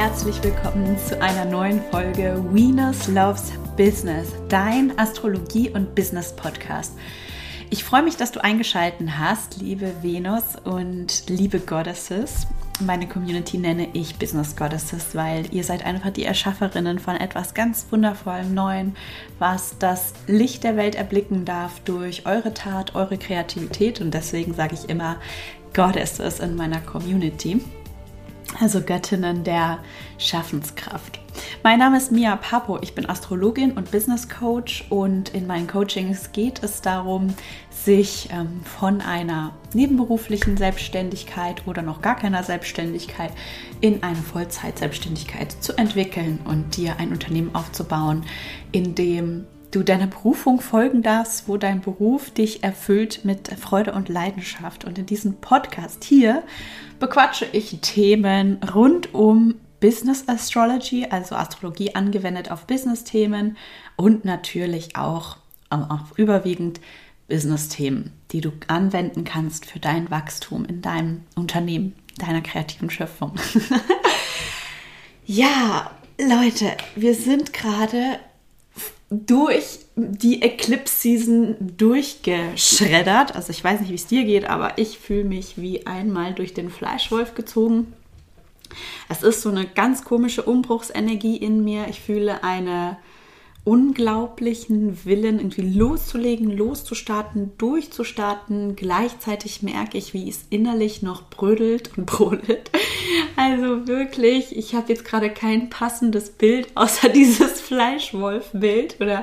herzlich willkommen zu einer neuen Folge Venus Loves Business, dein Astrologie- und Business-Podcast. Ich freue mich, dass du eingeschaltet hast, liebe Venus und liebe Goddesses. Meine Community nenne ich Business Goddesses, weil ihr seid einfach die Erschafferinnen von etwas ganz wundervollem Neuen, was das Licht der Welt erblicken darf durch eure Tat, eure Kreativität. Und deswegen sage ich immer Goddesses in meiner Community. Also Göttinnen der Schaffenskraft. Mein Name ist Mia Papo, ich bin Astrologin und Business Coach und in meinen Coachings geht es darum, sich von einer nebenberuflichen Selbstständigkeit oder noch gar keiner Selbstständigkeit in eine Vollzeit-Selbstständigkeit zu entwickeln und dir ein Unternehmen aufzubauen, in dem du deiner Berufung folgen darfst, wo dein Beruf dich erfüllt mit Freude und Leidenschaft. Und in diesem Podcast hier bequatsche ich Themen rund um Business Astrology, also Astrologie angewendet auf Business-Themen und natürlich auch überwiegend Business-Themen, die du anwenden kannst für dein Wachstum in deinem Unternehmen, deiner kreativen Schöpfung. Ja, Leute, wir sind gerade durch die Eclipse-Season durchgeschreddert. Also ich weiß nicht, wie es dir geht, aber ich fühle mich wie einmal durch den Fleischwolf gezogen. Es ist so eine ganz komische Umbruchsenergie in mir. Ich fühle einen unglaublichen Willen, irgendwie loszulegen, loszustarten, durchzustarten. Gleichzeitig merke ich, wie es innerlich noch brödelt und brodelt. Also wirklich, ich habe jetzt gerade kein passendes Bild, außer dieses Fleischwolf-Bild. Oder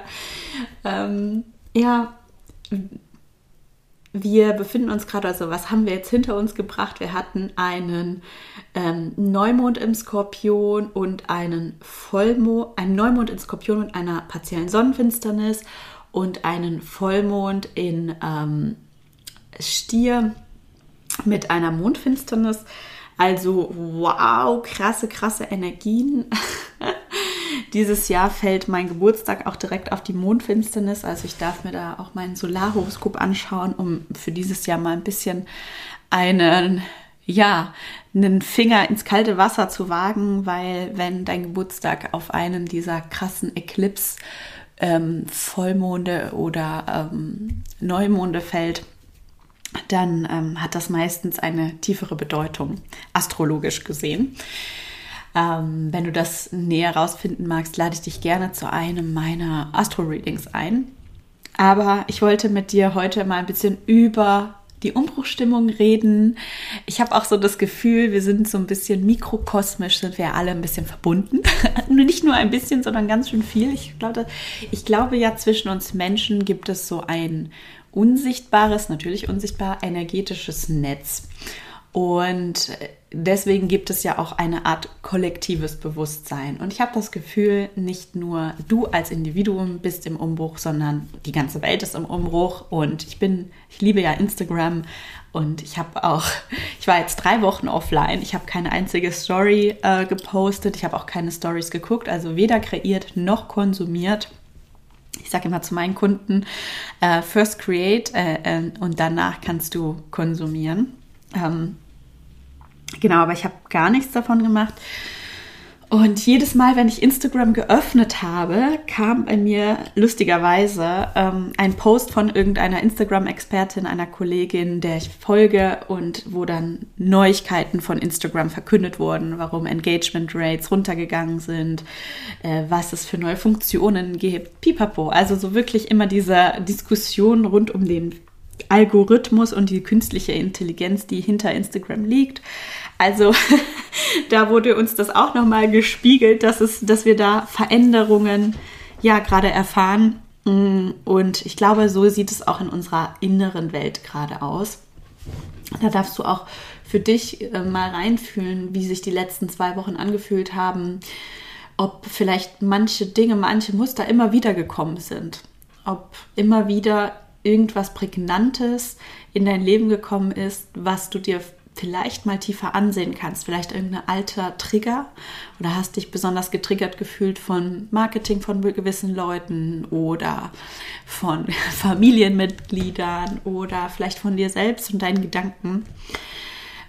wir befinden uns gerade, also was haben wir jetzt hinter uns gebracht? Wir hatten einen Neumond im Skorpion und einen Neumond in Skorpion und einer partiellen Sonnenfinsternis und einen Vollmond in Stier mit einer Mondfinsternis. Also wow, krasse Energien. Dieses Jahr fällt mein Geburtstag auch direkt auf die Mondfinsternis. Also ich darf mir da auch meinen Solarhoroskop anschauen, um für dieses Jahr mal ein bisschen einen Finger ins kalte Wasser zu wagen, weil wenn dein Geburtstag auf einen dieser krassen Eclipse, Vollmonde oder Neumonde fällt, dann hat das meistens eine tiefere Bedeutung, astrologisch gesehen. Wenn du das näher rausfinden magst, lade ich dich gerne zu einem meiner Astro-Readings ein. Aber ich wollte mit dir heute mal ein bisschen über die Umbruchstimmung reden. Ich habe auch so das Gefühl, wir sind so ein bisschen mikrokosmisch, sind wir alle ein bisschen verbunden. Nicht nur ein bisschen, sondern ganz schön viel. Ich glaube ja, zwischen uns Menschen gibt es so ein unsichtbares, natürlich unsichtbar, energetisches Netz. Und deswegen gibt es ja auch eine Art kollektives Bewusstsein. Und ich habe das Gefühl, nicht nur du als Individuum bist im Umbruch, sondern die ganze Welt ist im Umbruch. Und ich liebe ja Instagram und ich war jetzt 3 Wochen offline. Ich habe keine einzige Story gepostet. Ich habe auch keine Stories geguckt, also weder kreiert noch konsumiert. Ich sage immer zu meinen Kunden, first create und danach kannst du konsumieren. Genau, aber ich habe gar nichts davon gemacht. Und jedes Mal, wenn ich Instagram geöffnet habe, kam bei mir lustigerweise ein Post von irgendeiner Instagram-Expertin, einer Kollegin, der ich folge und wo dann Neuigkeiten von Instagram verkündet wurden, warum Engagement Rates runtergegangen sind, was es für neue Funktionen gibt, pipapo. Also so wirklich immer diese Diskussion rund um den Algorithmus und die künstliche Intelligenz, die hinter Instagram liegt. Also da wurde uns das auch nochmal gespiegelt, dass wir da Veränderungen gerade erfahren. Und ich glaube, so sieht es auch in unserer inneren Welt gerade aus. Da darfst du auch für dich mal reinfühlen, wie sich die letzten 2 Wochen angefühlt haben, ob vielleicht manche Dinge, manche Muster immer wieder gekommen sind, ob immer wieder irgendwas Prägnantes in dein Leben gekommen ist, was du dir vielleicht mal tiefer ansehen kannst. Vielleicht irgendein alter Trigger oder hast dich besonders getriggert gefühlt von Marketing von gewissen Leuten oder von Familienmitgliedern oder vielleicht von dir selbst und deinen Gedanken.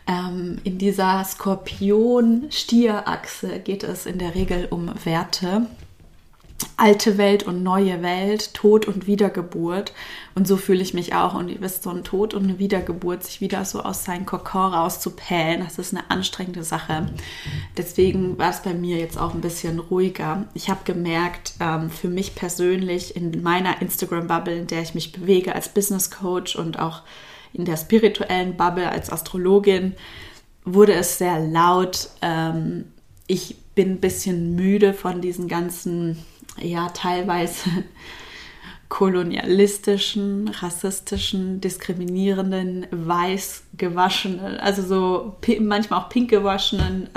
In dieser Skorpion-Stier-Achse geht es in der Regel um Werte. Alte Welt und neue Welt, Tod und Wiedergeburt. Und so fühle ich mich auch. Und ihr wisst, so ein Tod und eine Wiedergeburt, sich wieder so aus seinem Kokon rauszupellen, das ist eine anstrengende Sache. Deswegen war es bei mir jetzt auch ein bisschen ruhiger. Ich habe gemerkt, für mich persönlich in meiner Instagram-Bubble, in der ich mich bewege als Business Coach und auch in der spirituellen Bubble als Astrologin, wurde es sehr laut. Ich bin ein bisschen müde von diesen ganzen, ja, teilweise kolonialistischen, rassistischen, diskriminierenden, weiß gewaschenen, also so manchmal auch pink gewaschenen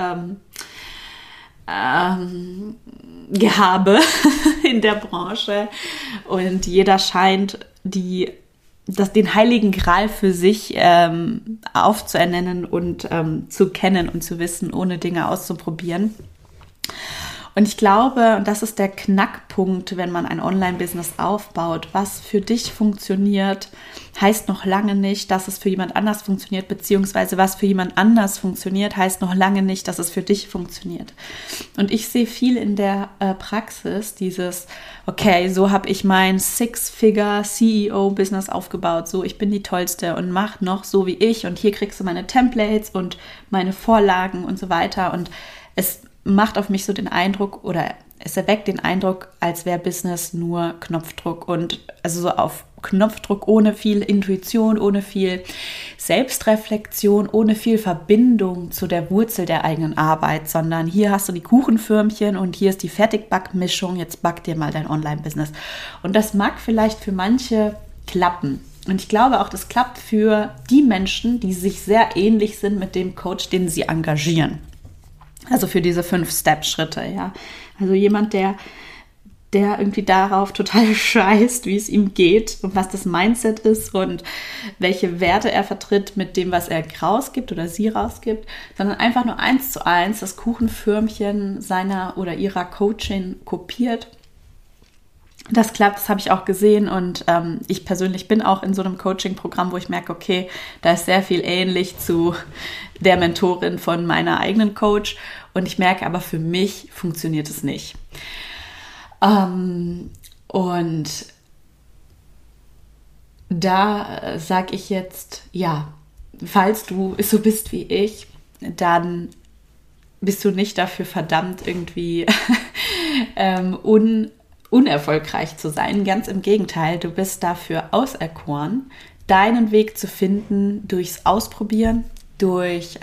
Gehabe in der Branche. Und jeder scheint den heiligen Gral für sich aufzuernennen und zu kennen und zu wissen, ohne Dinge auszuprobieren. Und ich glaube, und das ist der Knackpunkt, wenn man ein Online-Business aufbaut, was für dich funktioniert, heißt noch lange nicht, dass es für jemand anders funktioniert, beziehungsweise was für jemand anders funktioniert, heißt noch lange nicht, dass es für dich funktioniert. Und ich sehe viel in der Praxis dieses, okay, so habe ich mein Six-Figure-CEO-Business aufgebaut, so ich bin die Tollste und mach noch so wie ich und hier kriegst du meine Templates und meine Vorlagen und so weiter, und es macht auf mich so den Eindruck, oder es erweckt den Eindruck, als wäre Business nur Knopfdruck, und also so auf Knopfdruck, ohne viel Intuition, ohne viel Selbstreflexion, ohne viel Verbindung zu der Wurzel der eigenen Arbeit, sondern hier hast du die Kuchenförmchen und hier ist die Fertigbackmischung, jetzt back dir mal dein Online-Business. Und das mag vielleicht für manche klappen. Und ich glaube auch, das klappt für die Menschen, die sich sehr ähnlich sind mit dem Coach, den sie engagieren. Also für diese 5-Step-Schritte, ja. Also jemand, der irgendwie darauf total scheißt, wie es ihm geht und was das Mindset ist und welche Werte er vertritt mit dem, was er rausgibt oder sie rausgibt, sondern einfach nur 1:1 das Kuchenförmchen seiner oder ihrer Coachin kopiert. Das klappt, das habe ich auch gesehen, und ich persönlich bin auch in so einem Coaching-Programm, wo ich merke, okay, da ist sehr viel ähnlich zu der Mentorin von meiner eigenen Coach, und ich merke aber, für mich funktioniert es nicht. Und da sage ich jetzt, ja, falls du so bist wie ich, dann bist du nicht dafür verdammt, irgendwie unerfolgreich zu sein. Ganz im Gegenteil, du bist dafür auserkoren, deinen Weg zu finden durchs Ausprobieren, durch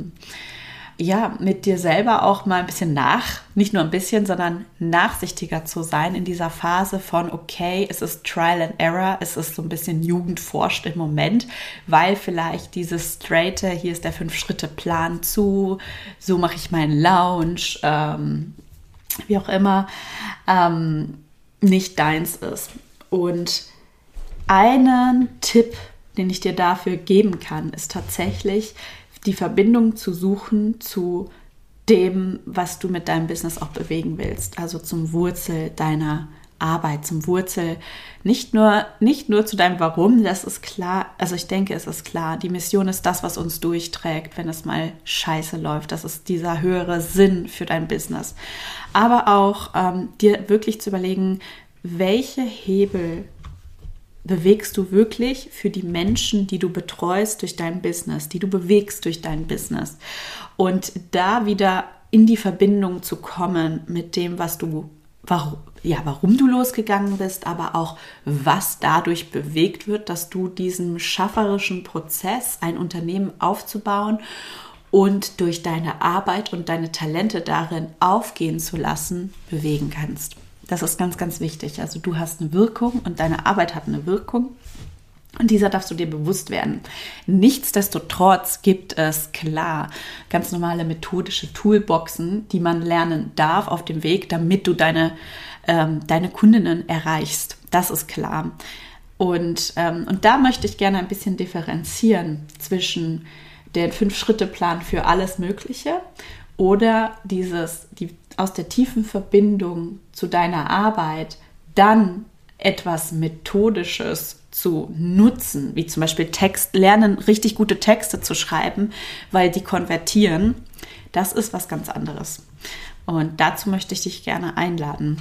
mit dir selber auch mal ein bisschen nicht nur ein bisschen, sondern nachsichtiger zu sein in dieser Phase von, okay, es ist Trial and Error, es ist so ein bisschen Jugend forscht im Moment, weil vielleicht dieses straighte, hier ist der 5-Schritte-Plan so mache ich meinen Launch, wie auch immer, nicht deins ist. Und einen Tipp, den ich dir dafür geben kann, ist tatsächlich die Verbindung zu suchen zu dem, was du mit deinem Business auch bewegen willst. Also zum Wurzel deiner Arbeit, zum Wurzel, nicht nur zu deinem Warum, das ist klar. Also ich denke, es ist klar, die Mission ist das, was uns durchträgt, wenn es mal scheiße läuft. Das ist dieser höhere Sinn für dein Business. Aber auch dir wirklich zu überlegen, welche Hebel bewegst du wirklich für die Menschen, die du betreust durch dein Business, die du bewegst durch dein Business. Und da wieder in die Verbindung zu kommen mit dem, warum du losgegangen bist, aber auch was dadurch bewegt wird, dass du diesen schafferischen Prozess, ein Unternehmen aufzubauen und durch deine Arbeit und deine Talente darin aufgehen zu lassen, bewegen kannst. Das ist ganz, ganz wichtig. Also du hast eine Wirkung und deine Arbeit hat eine Wirkung. Und dieser darfst du dir bewusst werden. Nichtsdestotrotz gibt es, klar, ganz normale methodische Toolboxen, die man lernen darf auf dem Weg, damit du deine Kundinnen erreichst. Das ist klar. Und da möchte ich gerne ein bisschen differenzieren zwischen den 5-Schritte-Plan für alles Mögliche oder aus der tiefen Verbindung zu deiner Arbeit dann etwas Methodisches zu nutzen, wie zum Beispiel lernen, richtig gute Texte zu schreiben, weil die konvertieren, das ist was ganz anderes. Und dazu möchte ich dich gerne einladen,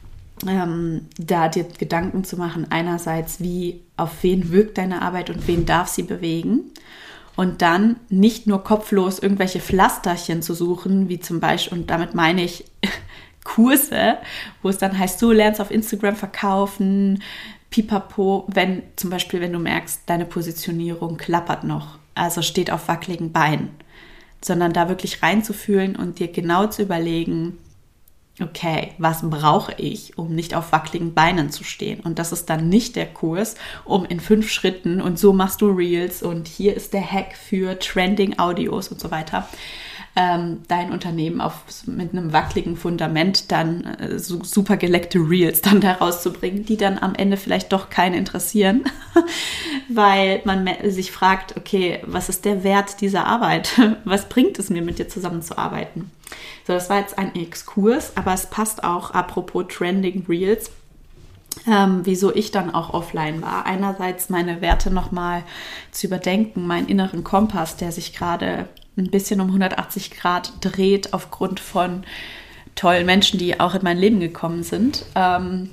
da dir Gedanken zu machen, einerseits, auf wen wirkt deine Arbeit und wen darf sie bewegen, und dann nicht nur kopflos irgendwelche Pflasterchen zu suchen, wie zum Beispiel, und damit meine ich Kurse, wo es dann heißt, du lernst auf Instagram verkaufen, pipapo, wenn du merkst, deine Positionierung klappert noch, also steht auf wackeligen Beinen, sondern da wirklich reinzufühlen und dir genau zu überlegen, okay, was brauche ich, um nicht auf wackeligen Beinen zu stehen? Und das ist dann nicht der Kurs, um in 5 Schritten und so machst du Reels und hier ist der Hack für Trending Audios und so weiter, dein Unternehmen mit einem wackeligen Fundament dann so super geleckte Reels dann da rauszubringen, die dann am Ende vielleicht doch keinen interessieren, weil man sich fragt, okay, was ist der Wert dieser Arbeit? Was bringt es mir, mit dir zusammenzuarbeiten? So, das war jetzt ein Exkurs, aber es passt auch, apropos Trending Reels, wieso ich dann auch offline war. Einerseits meine Werte nochmal zu überdenken, meinen inneren Kompass, der sich gerade ein bisschen um 180 Grad dreht aufgrund von tollen Menschen, die auch in mein Leben gekommen sind. Aber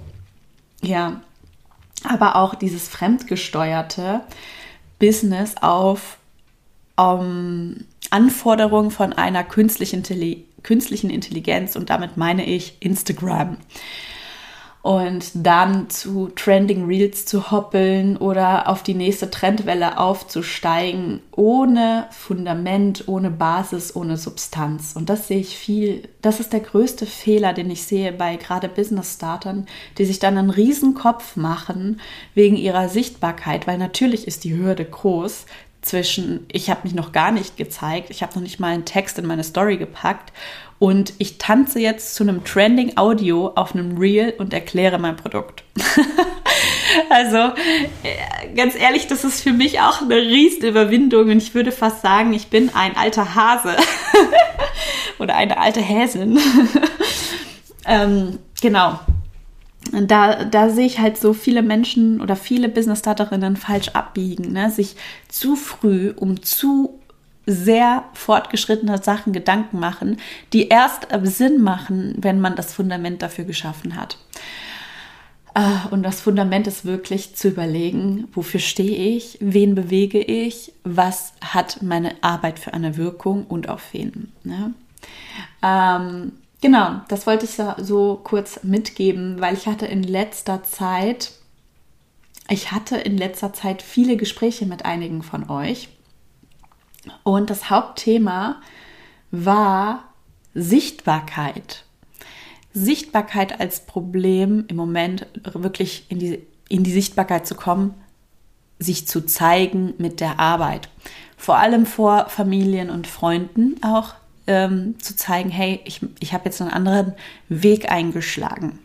auch dieses fremdgesteuerte Business auf Anforderungen von einer künstlichen Intelligenz, und damit meine ich Instagram. Und dann zu Trending Reels zu hoppeln oder auf die nächste Trendwelle aufzusteigen, ohne Fundament, ohne Basis, ohne Substanz. Und das sehe ich viel. Das ist der größte Fehler, den ich sehe bei gerade Business-Startern, die sich dann einen riesen Kopf machen wegen ihrer Sichtbarkeit, weil natürlich ist die Hürde groß zwischen, ich habe mich noch gar nicht gezeigt, ich habe noch nicht mal einen Text in meine Story gepackt und ich tanze jetzt zu einem Trending Audio auf einem Reel und erkläre mein Produkt. Also ganz ehrlich, das ist für mich auch eine Riesenüberwindung und ich würde fast sagen, ich bin ein alter Hase oder eine alte Häsin. Genau. Da sehe ich halt so viele Menschen oder viele Business-Starterinnen falsch abbiegen, ne? Sich zu früh um zu sehr fortgeschrittene Sachen Gedanken machen, die erst Sinn machen, wenn man das Fundament dafür geschaffen hat. Und das Fundament ist wirklich zu überlegen, wofür stehe ich, wen bewege ich, was hat meine Arbeit für eine Wirkung und auf wen. Ne? Genau, das wollte ich so kurz mitgeben, weil ich hatte in letzter Zeit viele Gespräche mit einigen von euch und das Hauptthema war Sichtbarkeit. Sichtbarkeit als Problem im Moment, wirklich in die Sichtbarkeit zu kommen, sich zu zeigen mit der Arbeit. Vor allem vor Familien und Freunden auch. Zu zeigen, hey, ich habe jetzt einen anderen Weg eingeschlagen.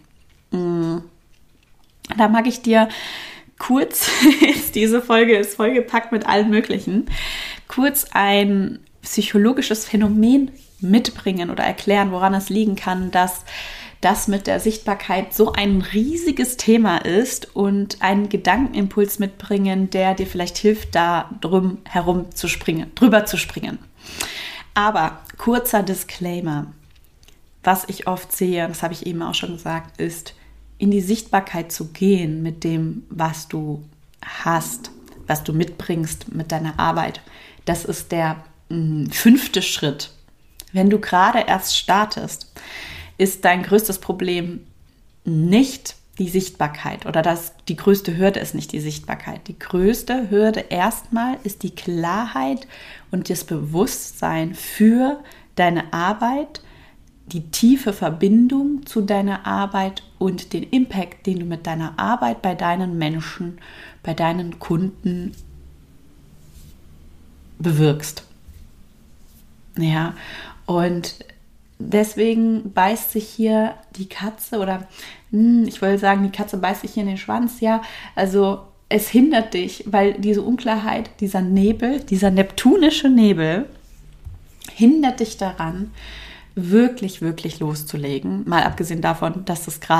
Da mag ich dir kurz, diese Folge ist vollgepackt mit allem Möglichen, kurz ein psychologisches Phänomen mitbringen oder erklären, woran es liegen kann, dass das mit der Sichtbarkeit so ein riesiges Thema ist und einen Gedankenimpuls mitbringen, der dir vielleicht hilft, da drüber zu springen. Aber kurzer Disclaimer, was ich oft sehe, das habe ich eben auch schon gesagt, ist, in die Sichtbarkeit zu gehen mit dem, was du hast, was du mitbringst mit deiner Arbeit. Das ist der 5. Schritt. Wenn du gerade erst startest, ist dein größtes Problem nicht die Sichtbarkeit oder die größte Hürde ist nicht die Sichtbarkeit. Die größte Hürde erstmal ist die Klarheit und das Bewusstsein für deine Arbeit, die tiefe Verbindung zu deiner Arbeit und den Impact, den du mit deiner Arbeit bei deinen Menschen, bei deinen Kunden bewirkst. Ja, und deswegen beißt sich hier die Katze oder ich will sagen, die Katze beißt sich hier in den Schwanz, ja, also es hindert dich, weil diese Unklarheit, dieser Nebel, dieser neptunische Nebel hindert dich daran, wirklich, wirklich loszulegen. Mal abgesehen davon, dass es gerade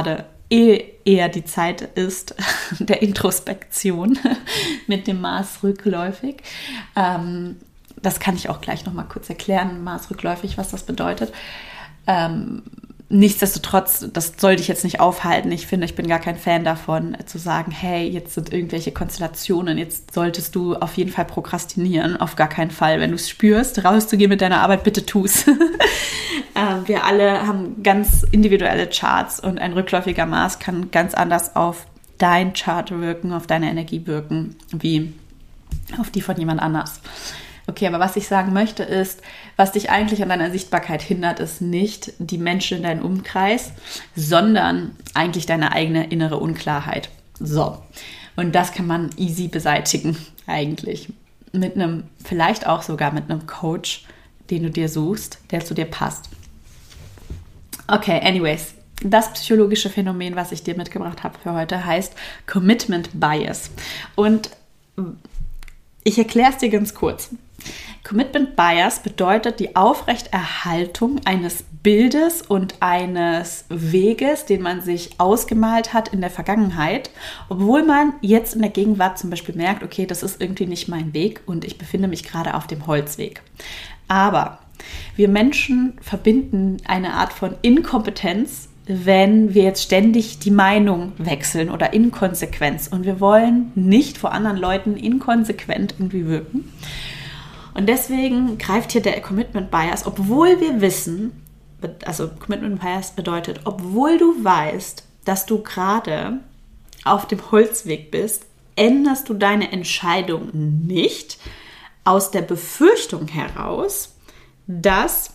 eher die Zeit ist der Introspektion mit dem Mars rückläufig. Das kann ich auch gleich nochmal kurz erklären, Mars rückläufig, was das bedeutet. Nichtsdestotrotz, das soll dich jetzt nicht aufhalten. Ich finde, ich bin gar kein Fan davon, zu sagen, hey, jetzt sind irgendwelche Konstellationen, jetzt solltest du auf jeden Fall prokrastinieren. Auf gar keinen Fall. Wenn du es spürst, rauszugehen mit deiner Arbeit, bitte tu's. Wir alle haben ganz individuelle Charts und ein rückläufiger Mars kann ganz anders auf dein Chart wirken, auf deine Energie wirken, wie auf die von jemand anders. Okay, aber was ich sagen möchte ist, was dich eigentlich an deiner Sichtbarkeit hindert, ist nicht die Menschen in deinem Umkreis, sondern eigentlich deine eigene innere Unklarheit. So, und das kann man easy beseitigen eigentlich. Vielleicht auch sogar mit einem Coach, den du dir suchst, der zu dir passt. Okay, anyways, das psychologische Phänomen, was ich dir mitgebracht habe für heute, heißt Commitment Bias. Und ich erkläre es dir ganz kurz. Commitment Bias bedeutet die Aufrechterhaltung eines Bildes und eines Weges, den man sich ausgemalt hat in der Vergangenheit, obwohl man jetzt in der Gegenwart zum Beispiel merkt, okay, das ist irgendwie nicht mein Weg und ich befinde mich gerade auf dem Holzweg. Aber wir Menschen verbinden eine Art von Inkompetenz, wenn wir jetzt ständig die Meinung wechseln oder Inkonsequenz. Und wir wollen nicht vor anderen Leuten inkonsequent irgendwie wirken. Und deswegen greift hier der Commitment Bias, obwohl wir wissen, also Commitment Bias bedeutet, obwohl du weißt, dass du gerade auf dem Holzweg bist, änderst du deine Entscheidung nicht aus der Befürchtung heraus, dass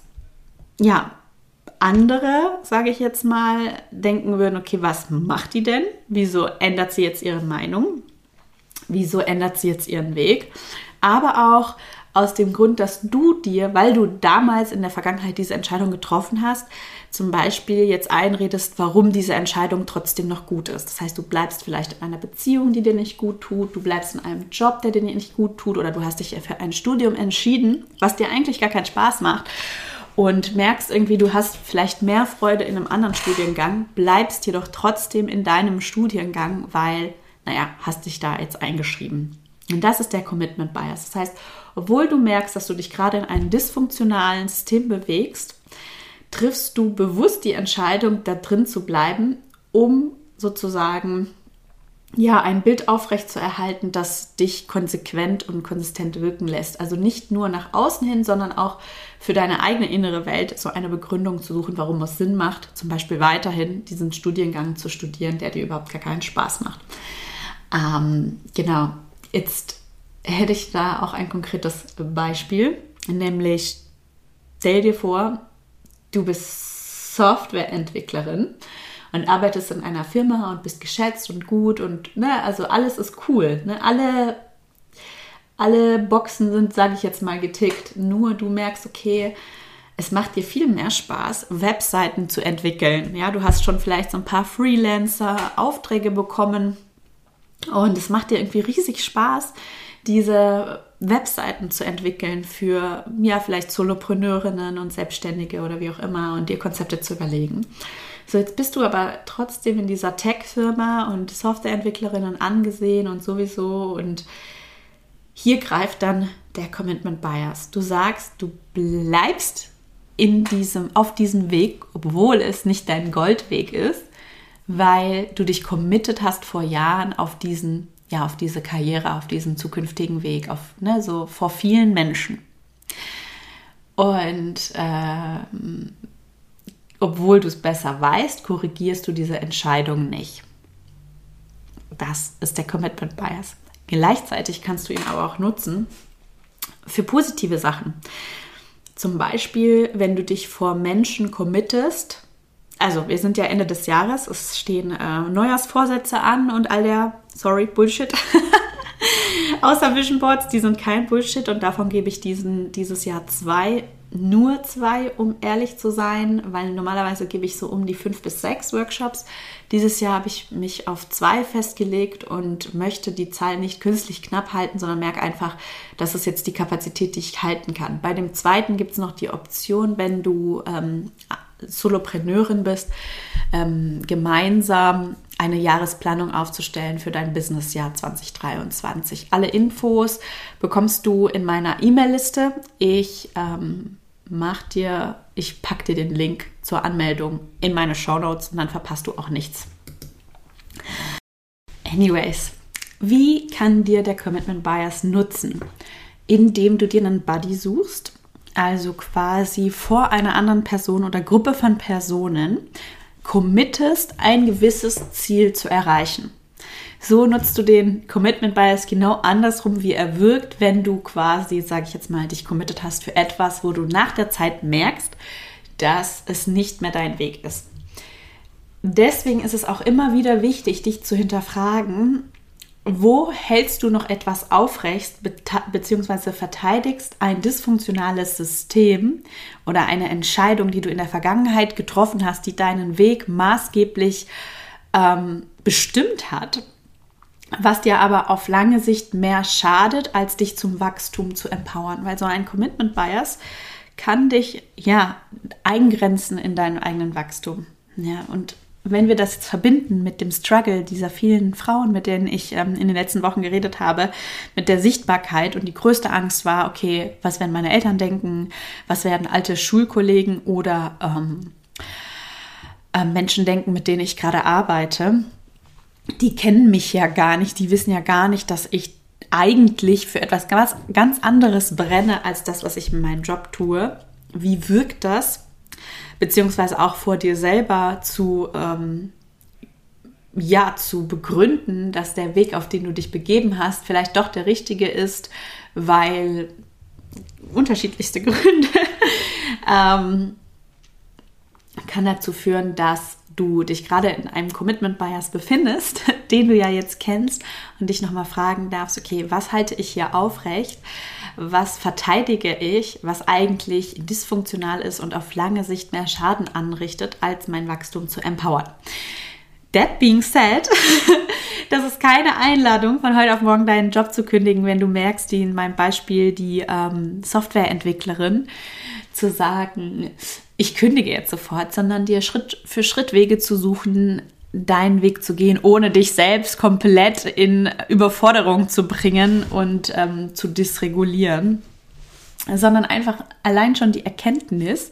andere, sage ich jetzt mal, denken würden, okay, was macht die denn? Wieso ändert sie jetzt ihre Meinung? Wieso ändert sie jetzt ihren Weg? Aber auch aus dem Grund, dass du dir, weil du damals in der Vergangenheit diese Entscheidung getroffen hast, zum Beispiel jetzt einredest, warum diese Entscheidung trotzdem noch gut ist. Das heißt, du bleibst vielleicht in einer Beziehung, die dir nicht gut tut, du bleibst in einem Job, der dir nicht gut tut, oder du hast dich für ein Studium entschieden, was dir eigentlich gar keinen Spaß macht und merkst irgendwie, du hast vielleicht mehr Freude in einem anderen Studiengang, bleibst jedoch trotzdem in deinem Studiengang, weil, hast dich da jetzt eingeschrieben. Und das ist der Commitment Bias. Das heißt, obwohl du merkst, dass du dich gerade in einem dysfunktionalen System bewegst, triffst du bewusst die Entscheidung, da drin zu bleiben, um sozusagen ein Bild aufrechtzuerhalten, das dich konsequent und konsistent wirken lässt. Also nicht nur nach außen hin, sondern auch für deine eigene innere Welt so eine Begründung zu suchen, warum es Sinn macht, zum Beispiel weiterhin diesen Studiengang zu studieren, der dir überhaupt gar keinen Spaß macht. Genau. Jetzt hätte ich da auch ein konkretes Beispiel, nämlich stell dir vor, du bist Softwareentwicklerin und arbeitest in einer Firma und bist geschätzt und gut und also alles ist cool. Alle Boxen sind, sage ich jetzt mal, getickt. Nur du merkst, okay, es macht dir viel mehr Spaß, Webseiten zu entwickeln. Ja, du hast schon vielleicht so ein paar Freelancer-Aufträge bekommen. Und es macht dir irgendwie riesig Spaß, diese Webseiten zu entwickeln für, vielleicht Solopreneurinnen und Selbstständige oder wie auch immer und dir Konzepte zu überlegen. So, jetzt bist du aber trotzdem in dieser Tech-Firma und Softwareentwicklerinnen angesehen und sowieso. Und hier greift dann der Commitment Bias. Du sagst, du bleibst auf diesem Weg, obwohl es nicht dein Goldweg ist, weil du dich committed hast vor Jahren auf diese Karriere, auf diesen zukünftigen Weg, so vor vielen Menschen. Und obwohl du es besser weißt, korrigierst du diese Entscheidung nicht. Das ist der Commitment Bias. Gleichzeitig kannst du ihn aber auch nutzen für positive Sachen. Zum Beispiel, wenn du dich vor Menschen committest. Also, wir sind ja Ende des Jahres, es stehen Neujahrsvorsätze an und Bullshit. Außer Vision Boards, die sind kein Bullshit und davon gebe ich dieses Jahr nur zwei, um ehrlich zu sein, weil normalerweise gebe ich so um die 5 bis 6 Workshops. Dieses Jahr habe ich mich auf 2 festgelegt und möchte die Zahl nicht künstlich knapp halten, sondern merke einfach, das ist jetzt die Kapazität, die ich halten kann. Bei dem zweiten gibt es noch die Option, wenn du Solopreneurin bist, gemeinsam eine Jahresplanung aufzustellen für dein Businessjahr 2023. Alle Infos bekommst du in meiner E-Mail-Liste. Ich packe dir den Link zur Anmeldung in meine Shownotes und dann verpasst du auch nichts. Anyways, wie kann dir der Commitment Bias nutzen? Indem du dir einen Buddy suchst, also quasi vor einer anderen Person oder Gruppe von Personen committest, ein gewisses Ziel zu erreichen. So nutzt du den Commitment Bias genau andersrum, wie er wirkt, wenn du quasi, sage ich jetzt mal, dich committed hast für etwas, wo du nach der Zeit merkst, dass es nicht mehr dein Weg ist. Deswegen ist es auch immer wieder wichtig, dich zu hinterfragen, wo hältst du noch etwas aufrecht bzw. verteidigst ein dysfunktionales System oder eine Entscheidung, die du in der Vergangenheit getroffen hast, die deinen Weg maßgeblich bestimmt hat, was dir aber auf lange Sicht mehr schadet, als dich zum Wachstum zu empowern. Weil so ein Commitment Bias kann dich eingrenzen in deinem eigenen Wachstum. Ja, und wenn wir das jetzt verbinden mit dem Struggle dieser vielen Frauen, mit denen ich in den letzten Wochen geredet habe, mit der Sichtbarkeit, und die größte Angst war, okay, was werden meine Eltern denken, was werden alte Schulkollegen oder Menschen denken, mit denen ich gerade arbeite, die kennen mich ja gar nicht, die wissen ja gar nicht, dass ich eigentlich für etwas ganz anderes brenne, als das, was ich in meinem Job tue. Wie wirkt das? Beziehungsweise auch vor dir selber zu begründen, dass der Weg, auf den du dich begeben hast, vielleicht doch der richtige ist, weil unterschiedlichste Gründe kann dazu führen, dass du dich gerade in einem Commitment Bias befindest, den du ja jetzt kennst, und dich nochmal fragen darfst, okay, was halte ich hier aufrecht? Was verteidige ich, was eigentlich dysfunktional ist und auf lange Sicht mehr Schaden anrichtet, als mein Wachstum zu empowern? That being said, das ist keine Einladung, von heute auf morgen deinen Job zu kündigen, wenn du merkst, wie in meinem Beispiel die Softwareentwicklerin, zu sagen, ich kündige jetzt sofort, sondern dir Schritt für Schritt Wege zu suchen, deinen Weg zu gehen, ohne dich selbst komplett in Überforderung zu bringen und zu dysregulieren, sondern einfach allein schon die Erkenntnis,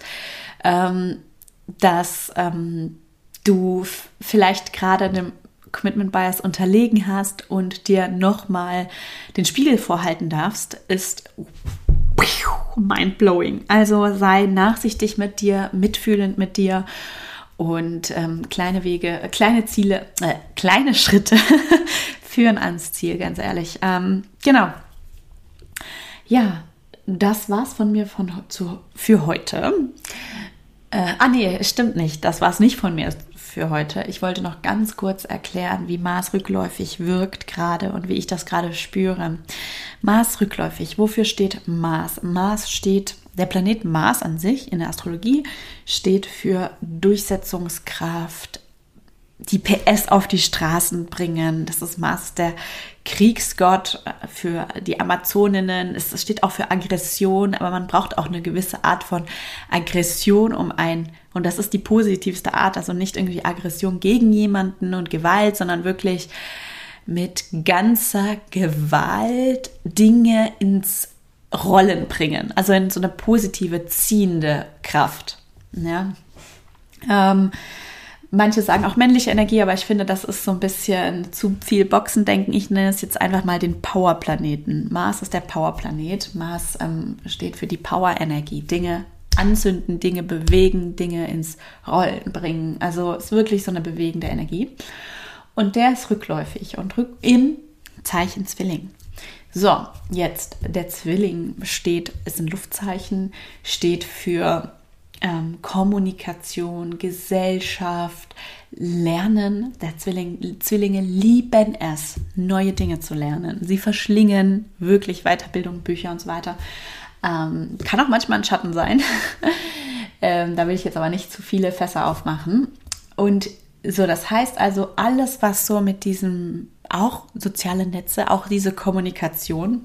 dass du vielleicht gerade einem Commitment Bias unterlegen hast und dir nochmal den Spiegel vorhalten darfst, ist mind-blowing. Also sei nachsichtig mit dir, mitfühlend mit dir und kleine Wege, kleine Ziele, kleine Schritte führen ans Ziel, ganz ehrlich. Genau. Ja, das war's von mir für heute. Nee, stimmt nicht. Das war's nicht von mir für heute. Ich wollte noch ganz kurz erklären, wie Mars rückläufig wirkt gerade und wie ich das gerade spüre. Mars rückläufig. Wofür steht Mars? Der Planet Mars an sich in der Astrologie steht für Durchsetzungskraft, die PS auf die Straßen bringen. Das ist Mars, der Kriegsgott für die Amazoninnen. Es steht auch für Aggression, aber man braucht auch eine gewisse Art von Aggression, und das ist die positivste Art, also nicht irgendwie Aggression gegen jemanden und Gewalt, sondern wirklich mit ganzer Gewalt Dinge ins Rollen bringen, also in so eine positive, ziehende Kraft. Ja. Manche sagen auch männliche Energie, aber ich finde, das ist so ein bisschen zu viel Boxendenken. Ich nenne es jetzt einfach mal den Powerplaneten. Mars ist der Powerplanet. Mars steht für die Powerenergie. Dinge anzünden, Dinge bewegen, Dinge ins Rollen bringen. Also es ist wirklich so eine bewegende Energie. Und der ist rückläufig und im Zeichen Zwilling. So, jetzt der Zwilling ist ein Luftzeichen, steht für Kommunikation, Gesellschaft, Lernen. Zwillinge lieben es, neue Dinge zu lernen. Sie verschlingen wirklich Weiterbildung, Bücher und so weiter. Kann auch manchmal ein Schatten sein. Da will ich jetzt aber nicht zu viele Fässer aufmachen. Und so, das heißt also, alles, was so mit diesem, auch soziale Netze, auch diese Kommunikation,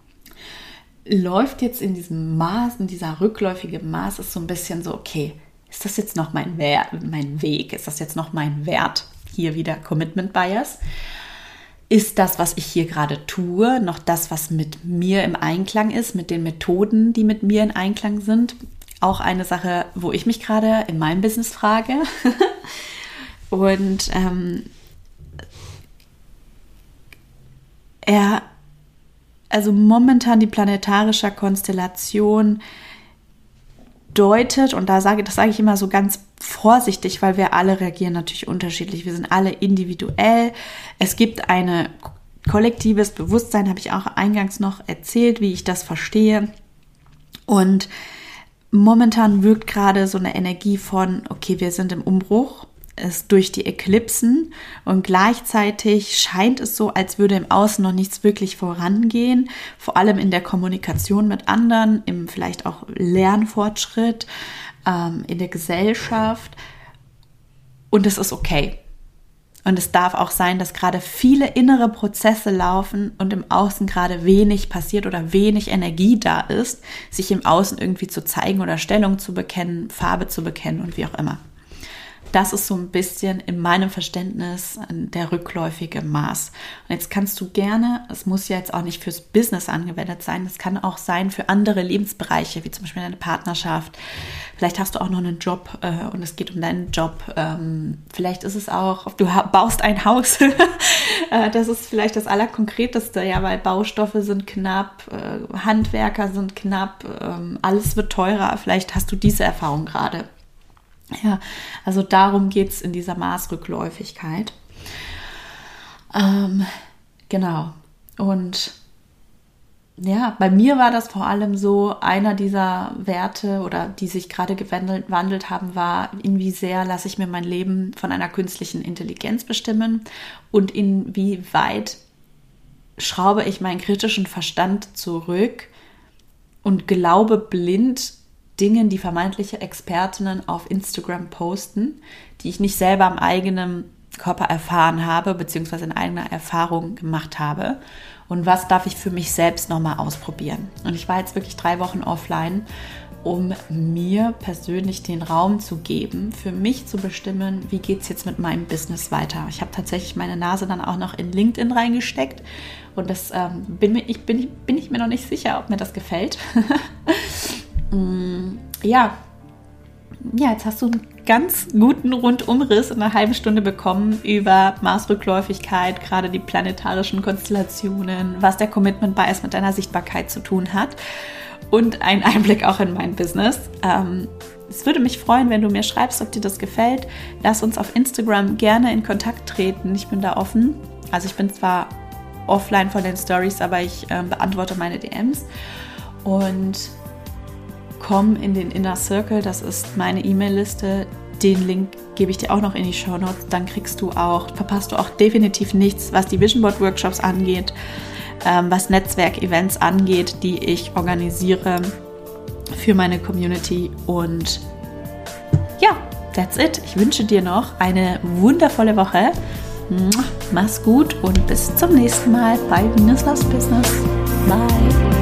läuft jetzt in diesem Maß, in dieser rückläufigen Maß, ist so ein bisschen so, okay, ist das jetzt noch mein Weg? Ist das jetzt noch mein Wert? Hier wieder Commitment Bias. Ist das, was ich hier gerade tue, noch das, was mit mir im Einklang ist, mit den Methoden, die mit mir in Einklang sind? Auch eine Sache, wo ich mich gerade in meinem Business frage. Und also momentan die planetarische Konstellation deutet, und das sage ich immer so ganz vorsichtig, weil wir alle reagieren natürlich unterschiedlich. Wir sind alle individuell. Es gibt ein kollektives Bewusstsein, habe ich auch eingangs noch erzählt, wie ich das verstehe. Und momentan wirkt gerade so eine Energie von, okay, wir sind im Umbruch, es durch die Eklipsen, und gleichzeitig scheint es so, als würde im Außen noch nichts wirklich vorangehen, vor allem in der Kommunikation mit anderen, im vielleicht auch Lernfortschritt, in der Gesellschaft, und es ist okay. Und es darf auch sein, dass gerade viele innere Prozesse laufen und im Außen gerade wenig passiert oder wenig Energie da ist, sich im Außen irgendwie zu zeigen oder Stellung zu bekennen, Farbe zu bekennen und wie auch immer. Das ist so ein bisschen in meinem Verständnis der rückläufige Mars. Und jetzt kannst du gerne, es muss ja jetzt auch nicht fürs Business angewendet sein, es kann auch sein für andere Lebensbereiche, wie zum Beispiel deine Partnerschaft. Vielleicht hast du auch noch einen Job und es geht um deinen Job. Vielleicht ist es auch, du baust ein Haus. Das ist vielleicht das Allerkonkreteste, ja, weil Baustoffe sind knapp, Handwerker sind knapp, alles wird teurer. Vielleicht hast du diese Erfahrung gerade. Ja, also darum geht es in dieser Maßrückläufigkeit. Genau. Und ja, bei mir war das vor allem so, einer dieser Werte oder die sich gerade gewandelt haben, war, inwiefern lasse ich mir mein Leben von einer künstlichen Intelligenz bestimmen und inwieweit schraube ich meinen kritischen Verstand zurück und glaube blind Dingen, die vermeintliche Expertinnen auf Instagram posten, die ich nicht selber am eigenen Körper erfahren habe, beziehungsweise in eigener Erfahrung gemacht habe. Und was darf ich für mich selbst nochmal ausprobieren? Und ich war jetzt wirklich 3 Wochen offline, um mir persönlich den Raum zu geben, für mich zu bestimmen, wie geht es jetzt mit meinem Business weiter. Ich habe tatsächlich meine Nase dann auch noch in LinkedIn reingesteckt und das bin ich mir noch nicht sicher, ob mir das gefällt. Ja, jetzt hast du einen ganz guten Rundumriss in einer halben Stunde bekommen über Marsrückläufigkeit, gerade die planetarischen Konstellationen, was der Commitment Bias mit deiner Sichtbarkeit zu tun hat und einen Einblick auch in mein Business. Es würde mich freuen, wenn du mir schreibst, ob dir das gefällt. Lass uns auf Instagram gerne in Kontakt treten. Ich bin da offen. Also ich bin zwar offline von den Stories, aber ich beantworte meine DMs. Und komm in den Inner Circle, das ist meine E-Mail-Liste. Den Link gebe ich dir auch noch in die Shownotes. Dann verpasst du auch definitiv nichts, was die Vision Board Workshops angeht, was Netzwerk-Events angeht, die ich organisiere für meine Community. Und ja, that's it. Ich wünsche dir noch eine wundervolle Woche. Mach's gut und bis zum nächsten Mal bei Venus Loves Business. Bye.